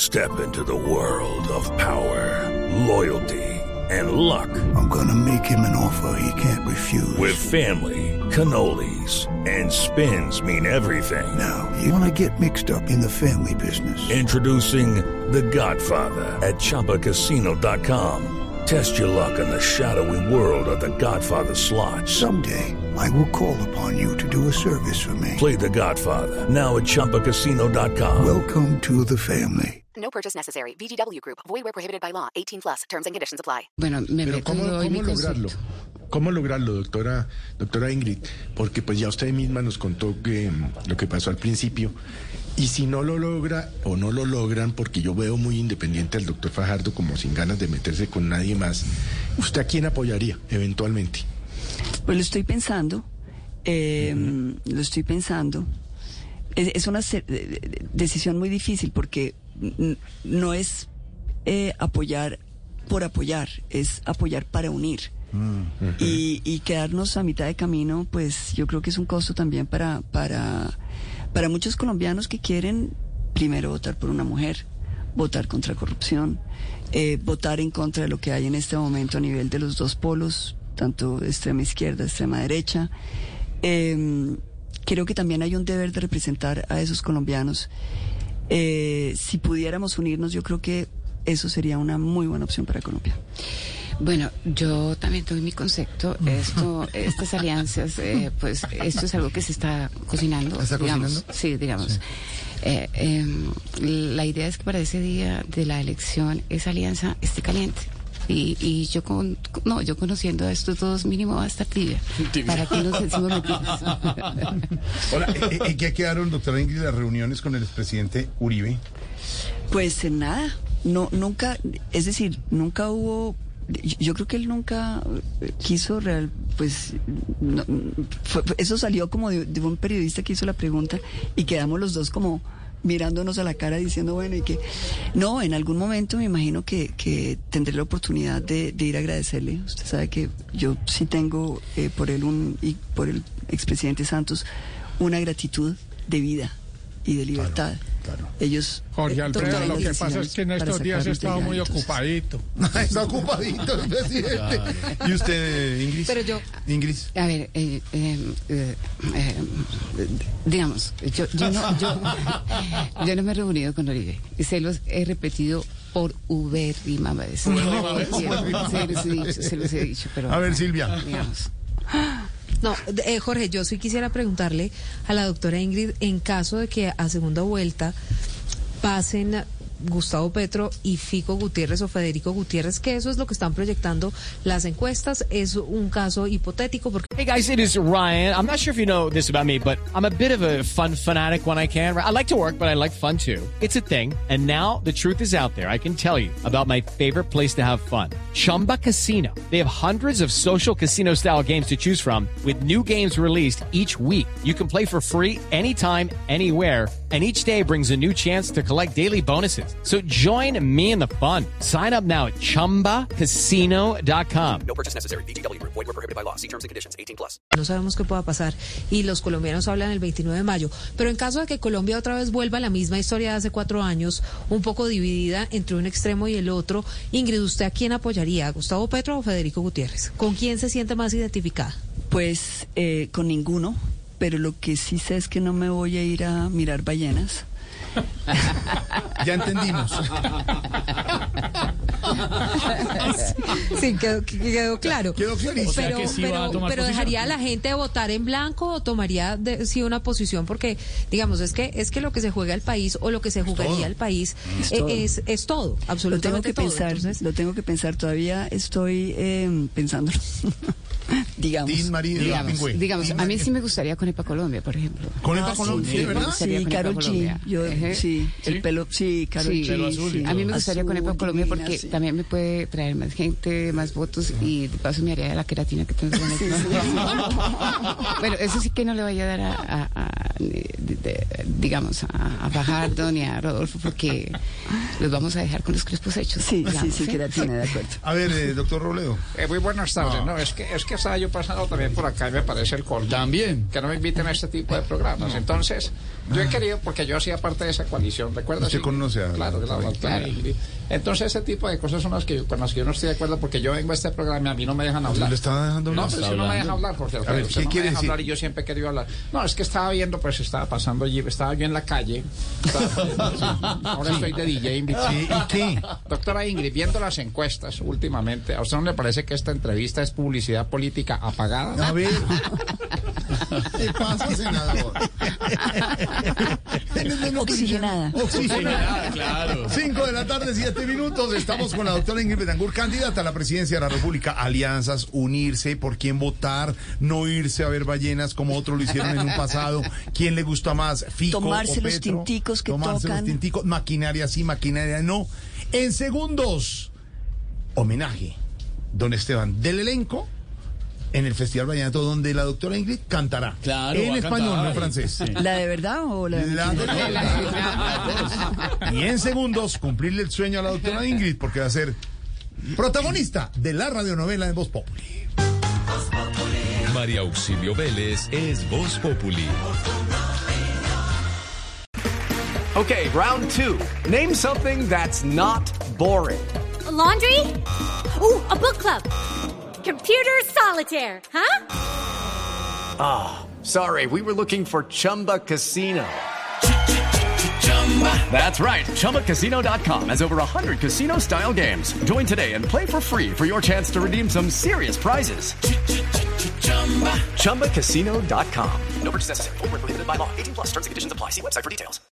Step into the world of power, loyalty, and luck. I'm gonna make him an offer he can't refuse. With family, cannolis, and spins mean everything. Now, you wanna get mixed up in the family business. Introducing The Godfather at ChumbaCasino.com. Test your luck in the shadowy world of The Godfather slot. Someday, I will call upon you to do a service for me. Play The Godfather now at ChumbaCasino.com. Welcome to the family. No purchase necessary. VGW Group. Void where prohibited by law. 18+. Terms and conditions apply. Bueno, Pero ¿cómo lograrlo? ¿Cómo lograrlo, doctora Ingrid? Porque pues ya usted misma nos contó que lo que pasó al principio. Y si no lo logra o no lo logran, porque yo veo muy independiente al doctor Fajardo, como sin ganas de meterse con nadie más, ¿usted a quién apoyaría eventualmente? Pues lo estoy pensando. Es una decisión muy difícil porque no es apoyar por apoyar, es apoyar para unir. Y quedarnos a mitad de camino, pues yo creo que es un costo también para muchos colombianos que quieren primero votar por una mujer, votar contra corrupción, votar en contra de lo que hay en este momento a nivel de los dos polos, tanto extrema izquierda, extrema derecha. Creo que también hay un deber de representar a esos colombianos. Si pudiéramos unirnos, yo creo que eso sería una muy buena opción para Colombia. Bueno, yo también doy mi concepto. Estas alianzas, pues esto es algo que se está cocinando. ¿Está digamos, cocinando? Sí, digamos. Sí. La idea es que para ese día de la elección esa alianza esté caliente. Y yo conociendo a estos dos mínimo va a estar tibia. ¿Para qué nos decimos mentiras? Hola, ¿en qué quedaron, doctora Ingrid, las reuniones con el expresidente Uribe? Pues en nada. Nunca hubo. Yo creo que él nunca quiso eso salió como de un periodista que hizo la pregunta y quedamos los dos como mirándonos a la cara diciendo, bueno, y que no, en algún momento me imagino que tendré la oportunidad de ir a agradecerle. Usted sabe que yo sí tengo por él y por el expresidente Santos una gratitud de vida y de libertad. Claro. Ellos, Jorge Alfredo, lo que pasa es que en estos días he estado muy ocupadito. Está ocupadito el presidente. ¿Y usted, Ingrid? Pero yo... Ingrid. A ver, digamos, yo no me he reunido con Uribe. Se los he repetido por ubérrima vez. Se los he dicho, pero... A ver, Silvia. Digamos. No, Jorge, yo sí quisiera preguntarle a la doctora Ingrid, en caso de que a segunda vuelta pasen Gustavo Petro y Fico Gutiérrez o Federico Gutiérrez, que eso es lo que están proyectando las encuestas, es un caso hipotético. Porque... Hey guys, it is Ryan. I'm not sure if you know this about me, but I'm a bit of a fun fanatic when I can. I like to work, but I like fun too. It's a thing. And now the truth is out there. I can tell you about my favorite place to have fun. Chumba Casino. They have hundreds of social casino style games to choose from with new games released each week. You can play for free anytime, anywhere. And each day brings a new chance to collect daily bonuses. So join me in the fun. Sign up now at ChumbaCasino.com. No purchase necessary. VGW Group. Void where prohibited by law. See terms and conditions. 18+. No sabemos qué pueda pasar y los colombianos hablan el 29 de mayo. Pero en caso de que Colombia otra vez vuelva a la misma historia de hace 4 años, un poco dividida entre un extremo y el otro, Ingrid, ¿usted a quién apoyaría? ¿A Gustavo Petro o Federico Gutiérrez? ¿Con quién se siente más identificada? Pues con ninguno, pero lo que sí sé es que no me voy a ir a mirar ballenas. Ya entendimos. Sí, quedó claro. Quedó clarísimo. O sea que sí va a tomar pero posición. ¿dejaría a la gente votar en blanco o tomaría sí una posición? Porque, digamos, es que lo que se juega al país o lo que se jugaría al país es todo, absolutamente todo. Lo tengo que pensar, todavía estoy pensándolo. Digamos, A mí sí me gustaría Conepa Colombia, por ejemplo. ¿Conepa Colombia? Sí, ¿verdad? Sí, Karol G. Sí, el pelo, sí, Karol G. Pelo azul. A mí me gustaría Conepa Colombia porque sí. también me puede traer más gente, más votos y de paso me haría de la queratina que tengo. Bueno, eso sí que no le vaya a dar digamos, a Fajardo ni a Rodolfo porque los vamos a dejar con los crespos hechos. Sí, queratina, de acuerdo. A ver, doctor Robledo. Muy buenas tardes. No, es que estaba yo pasando también por acá y me parece el colmo. También. Que no me inviten a este tipo de programas. Entonces, Yo he querido, porque yo hacía parte de esa coalición, ¿recuerdas? Usted conoce a... Claro, claro. Entonces ese tipo de cosas son las que con las que yo no estoy de acuerdo, porque yo vengo a este programa y a mí no me dejan hablar. ¿Le estaba dejando hablar? No, pero si no me deja hablar, Jorge Alfredo. A ver, ¿qué quiere decir? Hablar y yo siempre he querido hablar. No, es que estaba viendo, pues estaba pasando allí, estaba yo en la calle. Ahora estoy de DJ invitado. Sí, ¿y qué? Doctora Ingrid, viendo las encuestas últimamente, ¿a usted no le parece que esta entrevista es publicidad política apagada? A ver. ¿Qué pasa, senador? Oxigenada. Oxigenada, claro. 5:07 p.m. Estamos con la doctora Ingrid Betancourt, candidata a la presidencia de la República. Alianzas, unirse, por quién votar, no irse a ver ballenas como otros lo hicieron en un pasado. ¿Quién le gusta más? Fico tomarse o Petro. Los tinticos que tomarse tocan. Los tinticos, maquinaria sí, maquinaria no. En segundos, homenaje, don Esteban, del elenco en el Festival Vallenato, donde la doctora Ingrid cantará. Claro, en español, no en francés. Sí. ¿La de verdad o la de mentira? Y en segundos, cumplirle el sueño a la doctora Ingrid, porque va a ser protagonista de la radionovela de Voz Populi. María Auxilio Vélez es Voz Populi. Okay, round two. Name something that's not boring. A laundry? Ooh, a book club. Computer solitaire, huh? Ah, sorry, we were looking for Chumba Casino. That's right, ChumbaCasino.com has over 100 casino-style games. Join today and play for free for your chance to redeem some serious prizes. ChumbaCasino.com. No purchase necessary. Void where prohibited by law. 18+ terms and conditions apply. See website for details.